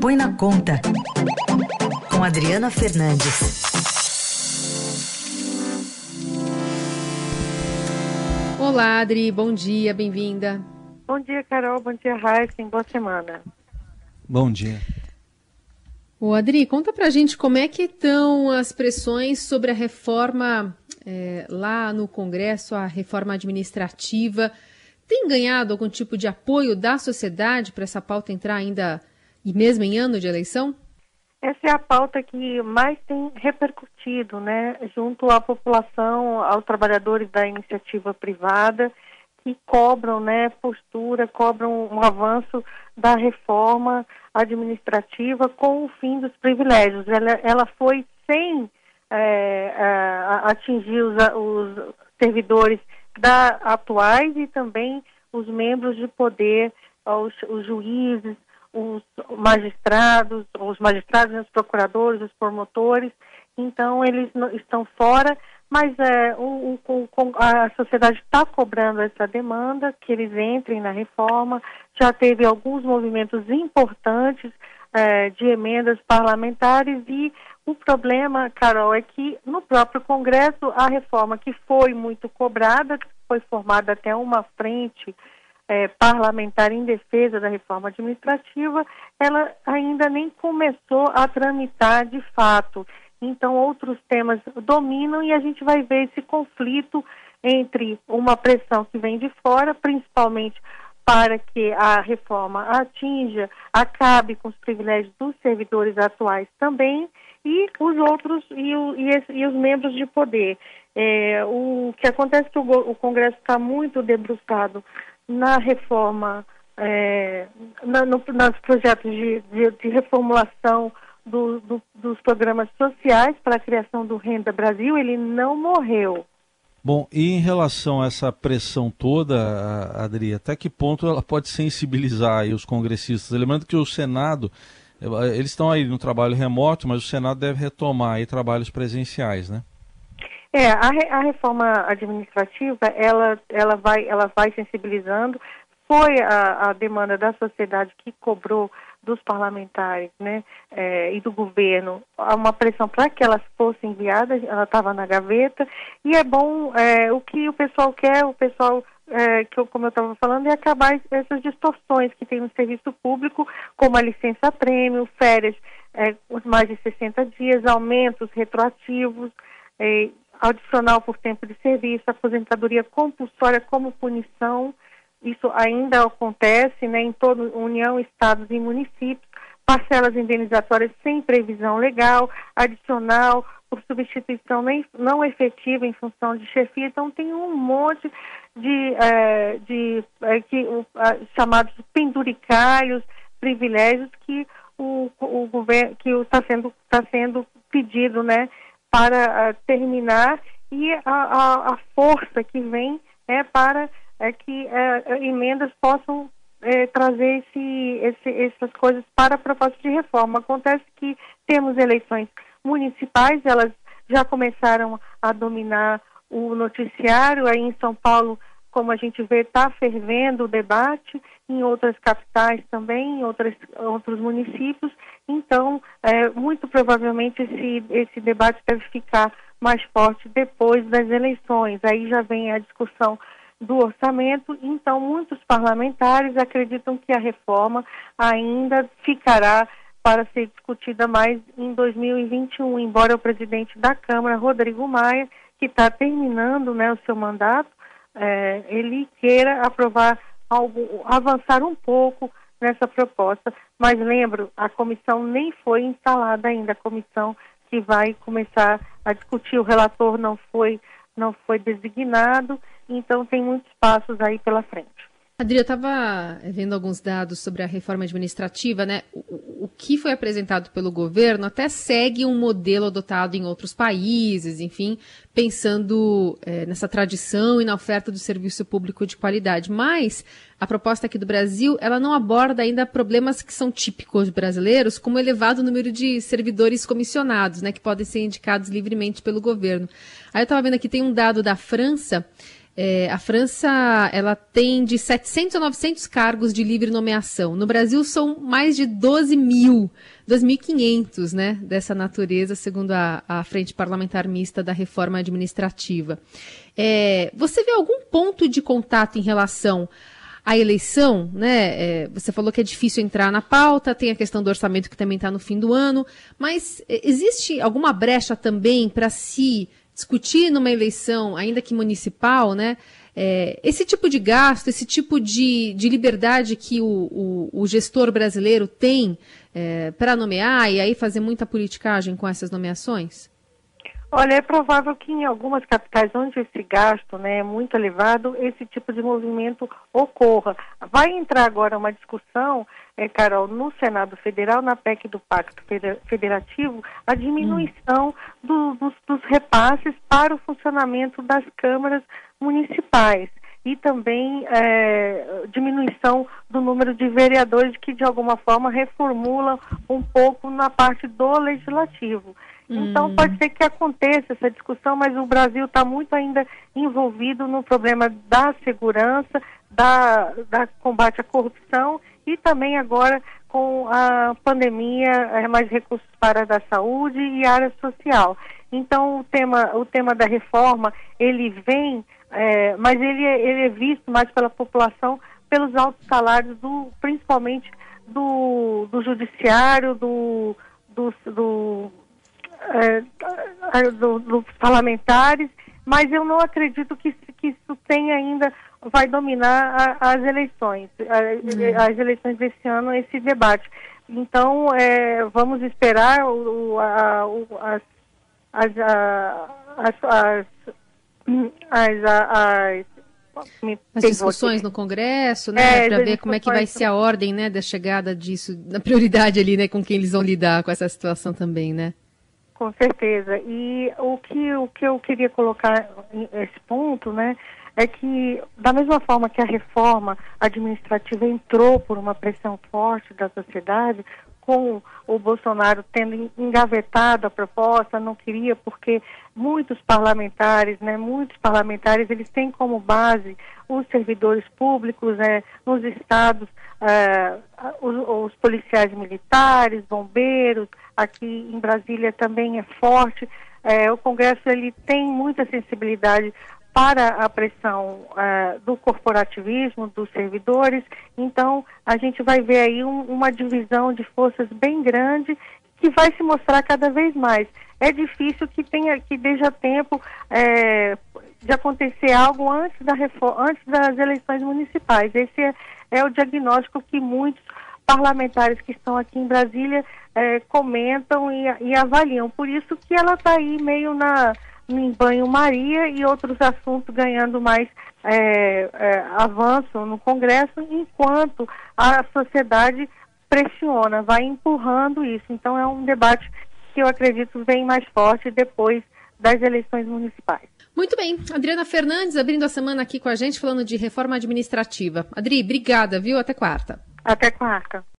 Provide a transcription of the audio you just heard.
Põe na Conta, com Adriana Fernandes. Olá, Adri, bom dia, bem-vinda. Bom dia, Carol, bom dia, Raíssa, boa semana. Bom dia. Ô, Adri, conta pra gente como é que estão as pressões sobre a reforma lá no Congresso, a reforma administrativa. Tem ganhado algum tipo de apoio da sociedade para essa pauta entrar ainda, e mesmo em ano de eleição? Essa é a pauta que mais tem repercutido, né, junto à população, aos trabalhadores da iniciativa privada, que cobram, né, postura, cobram um avanço da reforma administrativa com o fim dos privilégios. Ela foi sem atingir os servidores atuais e também os membros de poder, os juízes, os magistrados, os procuradores, os promotores. Então eles estão fora, mas a sociedade está cobrando essa demanda, que eles entrem na reforma. Já teve alguns movimentos importantes de emendas parlamentares e o problema, Carol, é que no próprio Congresso a reforma que foi muito cobrada, foi formada até uma frente parlamentar em defesa da reforma administrativa, ela ainda nem começou a tramitar de fato. Então outros temas dominam e a gente vai ver esse conflito entre uma pressão que vem de fora, principalmente para que a reforma acabe com os privilégios dos servidores atuais também, e os outros e os membros de poder. O que acontece é que o Congresso está muito debruçado na reforma, nos projetos de reformulação dos programas sociais para a criação do Renda Brasil. Ele não morreu. Bom, e em relação a essa pressão toda, Adri, até que ponto ela pode sensibilizar aí os congressistas? Lembrando que o Senado, eles estão aí no trabalho remoto, mas o Senado deve retomar aí trabalhos presenciais, né? A reforma administrativa, ela vai sensibilizando. Foi a demanda da sociedade que cobrou dos parlamentares, né, e do governo, uma pressão para que elas fossem enviadas. Ela estava na gaveta, e é bom, o que o pessoal quer, como eu estava falando, é acabar essas distorções que tem no serviço público, como a licença-prêmio, férias, os mais de 60 dias, aumentos retroativos, adicional por tempo de serviço, aposentadoria compulsória como punição. Isso ainda acontece, né, em toda a União, estados e municípios, parcelas indenizatórias sem previsão legal, adicional por substituição não efetiva em função de chefia. Então tem um monte de chamados penduricalhos, privilégios que o governo está sendo pedido, né, para terminar, e a força que vem para que emendas possam trazer essas coisas para a proposta de reforma. Acontece que temos eleições municipais, elas já começaram a dominar o noticiário. Aí em São Paulo, como a gente vê, está fervendo o debate, em outras capitais também, em outros municípios. Então, muito provavelmente esse debate deve ficar mais forte depois das eleições. Aí já vem a discussão do orçamento. Então muitos parlamentares acreditam que a reforma ainda ficará para ser discutida mais em 2021, embora o presidente da Câmara, Rodrigo Maia, que está terminando, né, o seu mandato, ele queira aprovar avançar um pouco nessa proposta. Mas lembro, a comissão nem foi instalada ainda, a comissão que vai começar a discutir, o relator não foi designado. Então tem muitos passos aí pela frente. Adri, eu estava vendo alguns dados sobre a reforma administrativa, né? O que foi apresentado pelo governo até segue um modelo adotado em outros países, enfim, pensando nessa tradição e na oferta do serviço público de qualidade. Mas a proposta aqui do Brasil, ela não aborda ainda problemas que são típicos brasileiros, como o elevado número de servidores comissionados, né, que podem ser indicados livremente pelo governo. Aí eu estava vendo aqui, tem um dado da França, A França, ela tem de 700 a 900 cargos de livre nomeação. No Brasil, são mais de 2.500, né, dessa natureza, segundo a Frente Parlamentar Mista da Reforma Administrativa. Você vê algum ponto de contato em relação à eleição, né? Você falou que é difícil entrar na pauta, tem a questão do orçamento que também está no fim do ano, mas existe alguma brecha também para se discutir numa eleição, ainda que municipal, né? Esse tipo de gasto, esse tipo de liberdade que o gestor brasileiro tem para nomear e aí fazer muita politicagem com essas nomeações? Olha, é provável que em algumas capitais onde esse gasto, né, é muito elevado, esse tipo de movimento ocorra. Vai entrar agora uma discussão, Carol, no Senado Federal, na PEC do Pacto Federativo, a diminuição dos repasses para o funcionamento das câmaras municipais e também diminuição do número de vereadores que, de alguma forma, reformulam um pouco na parte do legislativo. Então, pode ser que aconteça essa discussão, mas o Brasil está muito ainda envolvido no problema da segurança, da combate à corrupção e também agora com a pandemia, mais recursos para a da saúde e a área social. Então, o tema da reforma, ele vem, mas ele é visto mais pela população pelos altos salários, principalmente do judiciário, dos parlamentares, mas eu não acredito que isso vai dominar as eleições, as eleições desse ano, esse debate. Então, vamos esperar as discussões no Congresso, né, para ver como é que vai ser a ordem, né, da chegada disso, na prioridade ali, né, com quem eles vão lidar com essa situação também, né? Com certeza. E o que eu queria colocar nesse ponto, né, é que, da mesma forma que a reforma administrativa entrou por uma pressão forte da sociedade, com o Bolsonaro tendo engavetado a proposta, não queria, porque muitos parlamentares, eles têm como base os servidores públicos, nos estados, os policiais militares, bombeiros, aqui em Brasília também é forte. O Congresso, ele tem muita sensibilidade para a pressão do corporativismo, dos servidores. Então, a gente vai ver aí uma divisão de forças bem grande que vai se mostrar cada vez mais. É difícil que deixe tempo de acontecer algo antes das eleições municipais. Esse é o diagnóstico que muitos parlamentares que estão aqui em Brasília comentam e avaliam. Por isso que ela está aí meio em banho-maria e outros assuntos ganhando mais avanço no Congresso, enquanto a sociedade pressiona, vai empurrando isso. Então é um debate que eu acredito vem mais forte depois das eleições municipais. Muito bem. Adriana Fernandes abrindo a semana aqui com a gente, falando de reforma administrativa. Adri, obrigada, viu? Até quarta. Até quarta.